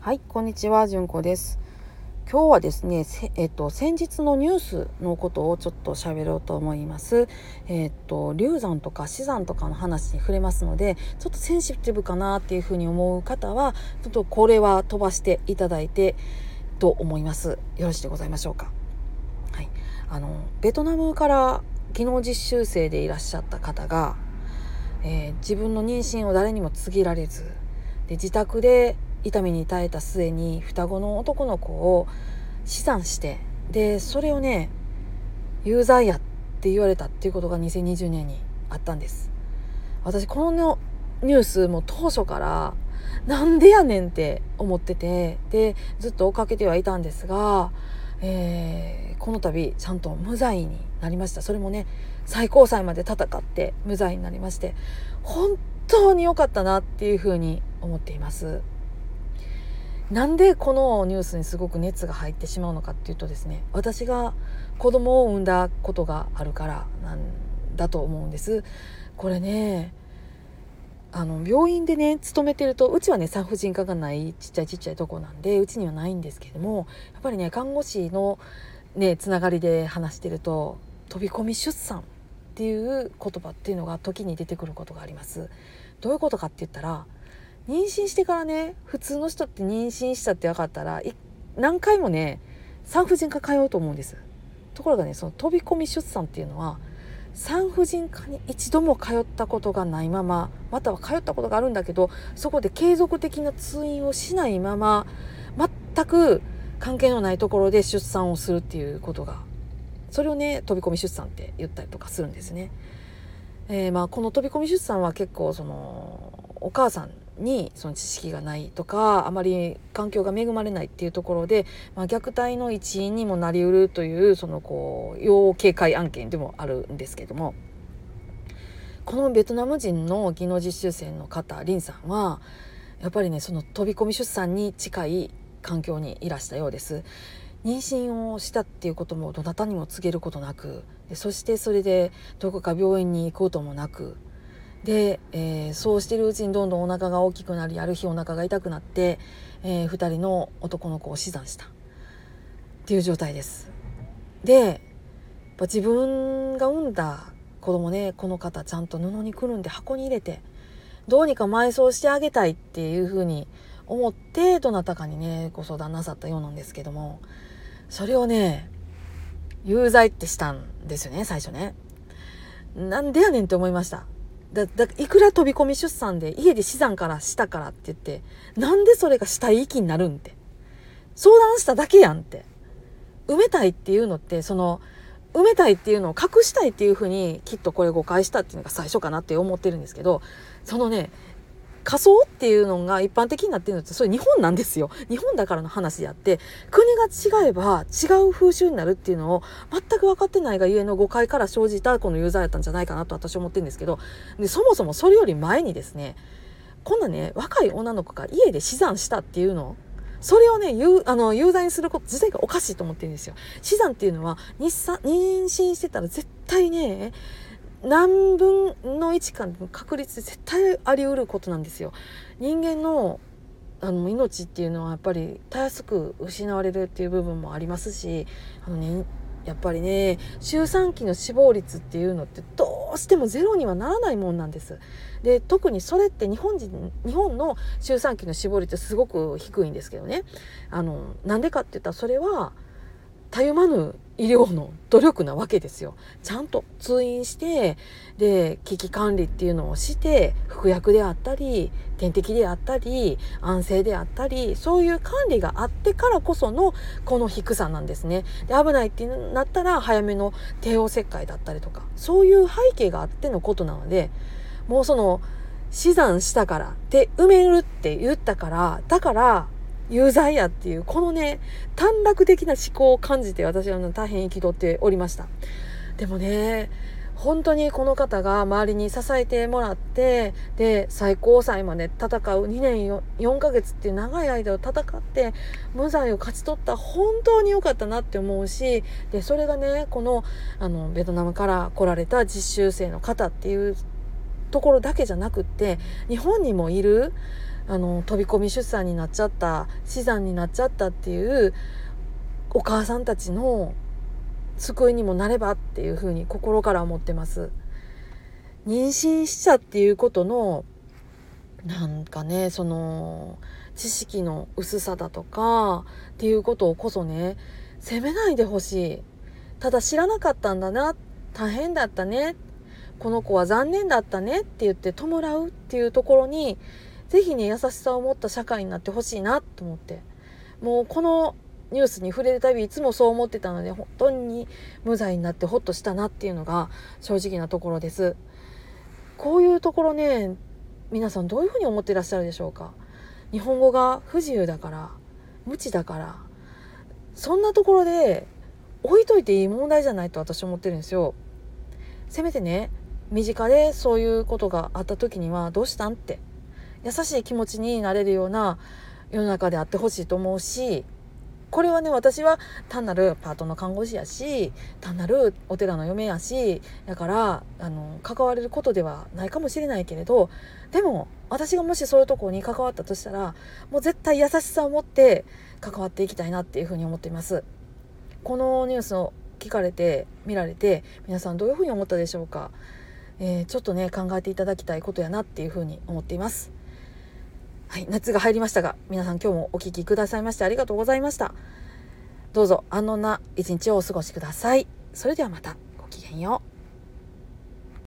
はい、こんにちは、じゅんこです。今日はですね、先日のニュースのことをちょっと喋ろうと思います。流産とか死産とかの話に触れますので、ちょっとセンシティブかなっていうふうに思う方は、ちょっとこれは飛ばしていただいてと思います。よろしいでございましょうか。はい、ベトナムから技能実習生でいらっしゃった方が、自分の妊娠を誰にも告げられず、で自宅で痛みに耐えた末に双子の男の子を死産して、でそれをね有罪やって言われたっていうことが2020年にあったんです。私このニュースも当初からなんでやねんって思ってて、でずっと追っかけてはいたんですが、この度ちゃんと無罪になりました。それもね最高裁まで戦って無罪になりまして、本当に良かったなっていうふうに思っています。なんでこのニュースにすごく熱が入ってしまうのかっていうとですね、私が子供を産んだことがあるからなんだと思うんです。これね、病院でね勤めてると、うちはね産婦人科がないちっちゃいとこなんでうちにはないんですけども、やっぱりね看護師のねつながりで話してると、飛び込み出産っていう言葉っていうのが時に出てくることがあります。どういうことかって言ったら、妊娠してからね、普通の人って妊娠したって分かったら何回もね産婦人科通うと思うんです。ところがね、その飛び込み出産っていうのは産婦人科に一度も通ったことがないまま、または通ったことがあるんだけどそこで継続的な通院をしないまま、全く関係のないところで出産をするっていうことが、それをね飛び込み出産って言ったりとかするんですね。この飛び込み出産は結構そのお母さんにその知識がないとか、あまり環境が恵まれないっていうところで、虐待の一因にもなりうるという、その要警戒案件でもあるんですけども、このベトナム人の技能実習生の方リンさんはやっぱりねその飛び込み出産に近い環境にいらしたようです。妊娠をしたっていうこともどなたにも告げることなく、そしてそれでどこか病院に行くこともなくで、そうしてるうちにどんどんお腹が大きくなり、ある日お腹が痛くなって、2人の男の子を死産したっていう状態です。でやっぱ自分が産んだ子供ね、この方ちゃんと布にくるんで箱に入れてどうにか埋葬してあげたいっていうふうに思って、どなたかにねご相談なさったようなんですけども、それをね有罪ってしたんですよね。最初ね、なんでやねんって思いました。いくら飛び込み出産で家で死産からしたからって言って、なんでそれが死体遺棄になるんって、相談しただけやんって。埋めたいっていうのって、その埋めたいっていうのを隠したいっていうふうにきっとこれ誤解したっていうのが最初かなって思ってるんですけど、そのね仮想っていうのが一般的になってるのってそれ日本なんですよ。日本だからの話であって、国が違えば違う風習になるっていうのを全く分かってないがゆえの誤解から生じたこのユーザーだったんじゃないかなと私は思ってるんですけど、でそもそもそれより前にですね、こんなね若い女の子が家で死産したっていうの、それをね有罪にすること自体がおかしいと思ってるんですよ。死産っていうのは妊娠してたら絶対ね何分の1かの確率で絶対あり得ることなんですよ。人間の命っていうのはやっぱりたやすく失われるっていう部分もありますし、やっぱりね周産期の死亡率っていうのってどうしてもゼロにはならないもんなんです。で特にそれって日本の周産期の死亡率ってすごく低いんですけどね、なんでかって言ったらそれはたゆまぬ医療の努力なわけですよ。ちゃんと通院してで危機管理っていうのをして、服薬であったり点滴であったり安静であったり、そういう管理があってからこそのこの低さなんですね。で危ないってなったら早めの帝王切開だったりとか、そういう背景があってのことなので、もうその死産したからで埋めるって言ったからだから有罪やっていうこのね短絡的な思考を感じて、私は大変憤っておりました。でもね本当にこの方が周りに支えてもらって、で最高裁まで戦う2年 4ヶ月っていう長い間を戦って無罪を勝ち取った、本当に良かったなって思うし、でそれがねこのベトナムから来られた実習生の方っていうところだけじゃなくって、日本にもいる飛び込み出産になっちゃった、死産になっちゃったっていうお母さんたちの救いにもなればっていうふうに心から思ってます。妊娠しちゃっていうことのなんかね、その知識の薄さだとかっていうことをこそね、責めないでほしい。ただ知らなかったんだな、大変だったね、この子は残念だったねって言って弔うっていうところに、ぜひね優しさを持った社会になってほしいなと思って、もうこのニュースに触れるたびいつもそう思ってたので、本当に無罪になってほっとしたなっていうのが正直なところです。こういうところね、皆さんどういうふうに思ってらっしゃるでしょうか。日本語が不自由だから、無知だから、そんなところで置いといていい問題じゃないと私は思ってるんですよ。せめてね、身近でそういうことがあった時にはどうしたんって優しい気持ちになれるような世の中であってほしいと思うし、これはね、私は単なるパートの看護師やし、単なるお寺の嫁やし、だから関われることではないかもしれないけれど、でも私がもしそういうところに関わったとしたら、もう絶対優しさを持って関わっていきたいなっていうふうに思っています。このニュースを聞かれて見られて、皆さんどういうふうに思ったでしょうか。ちょっとね考えていただきたいことやなっていうふうに思っています。はい、夏が入りましたが、皆さん今日もお聞きくださいましてありがとうございました。どうぞ安穏な一日をお過ごしください。それではまた。ごきげんよう。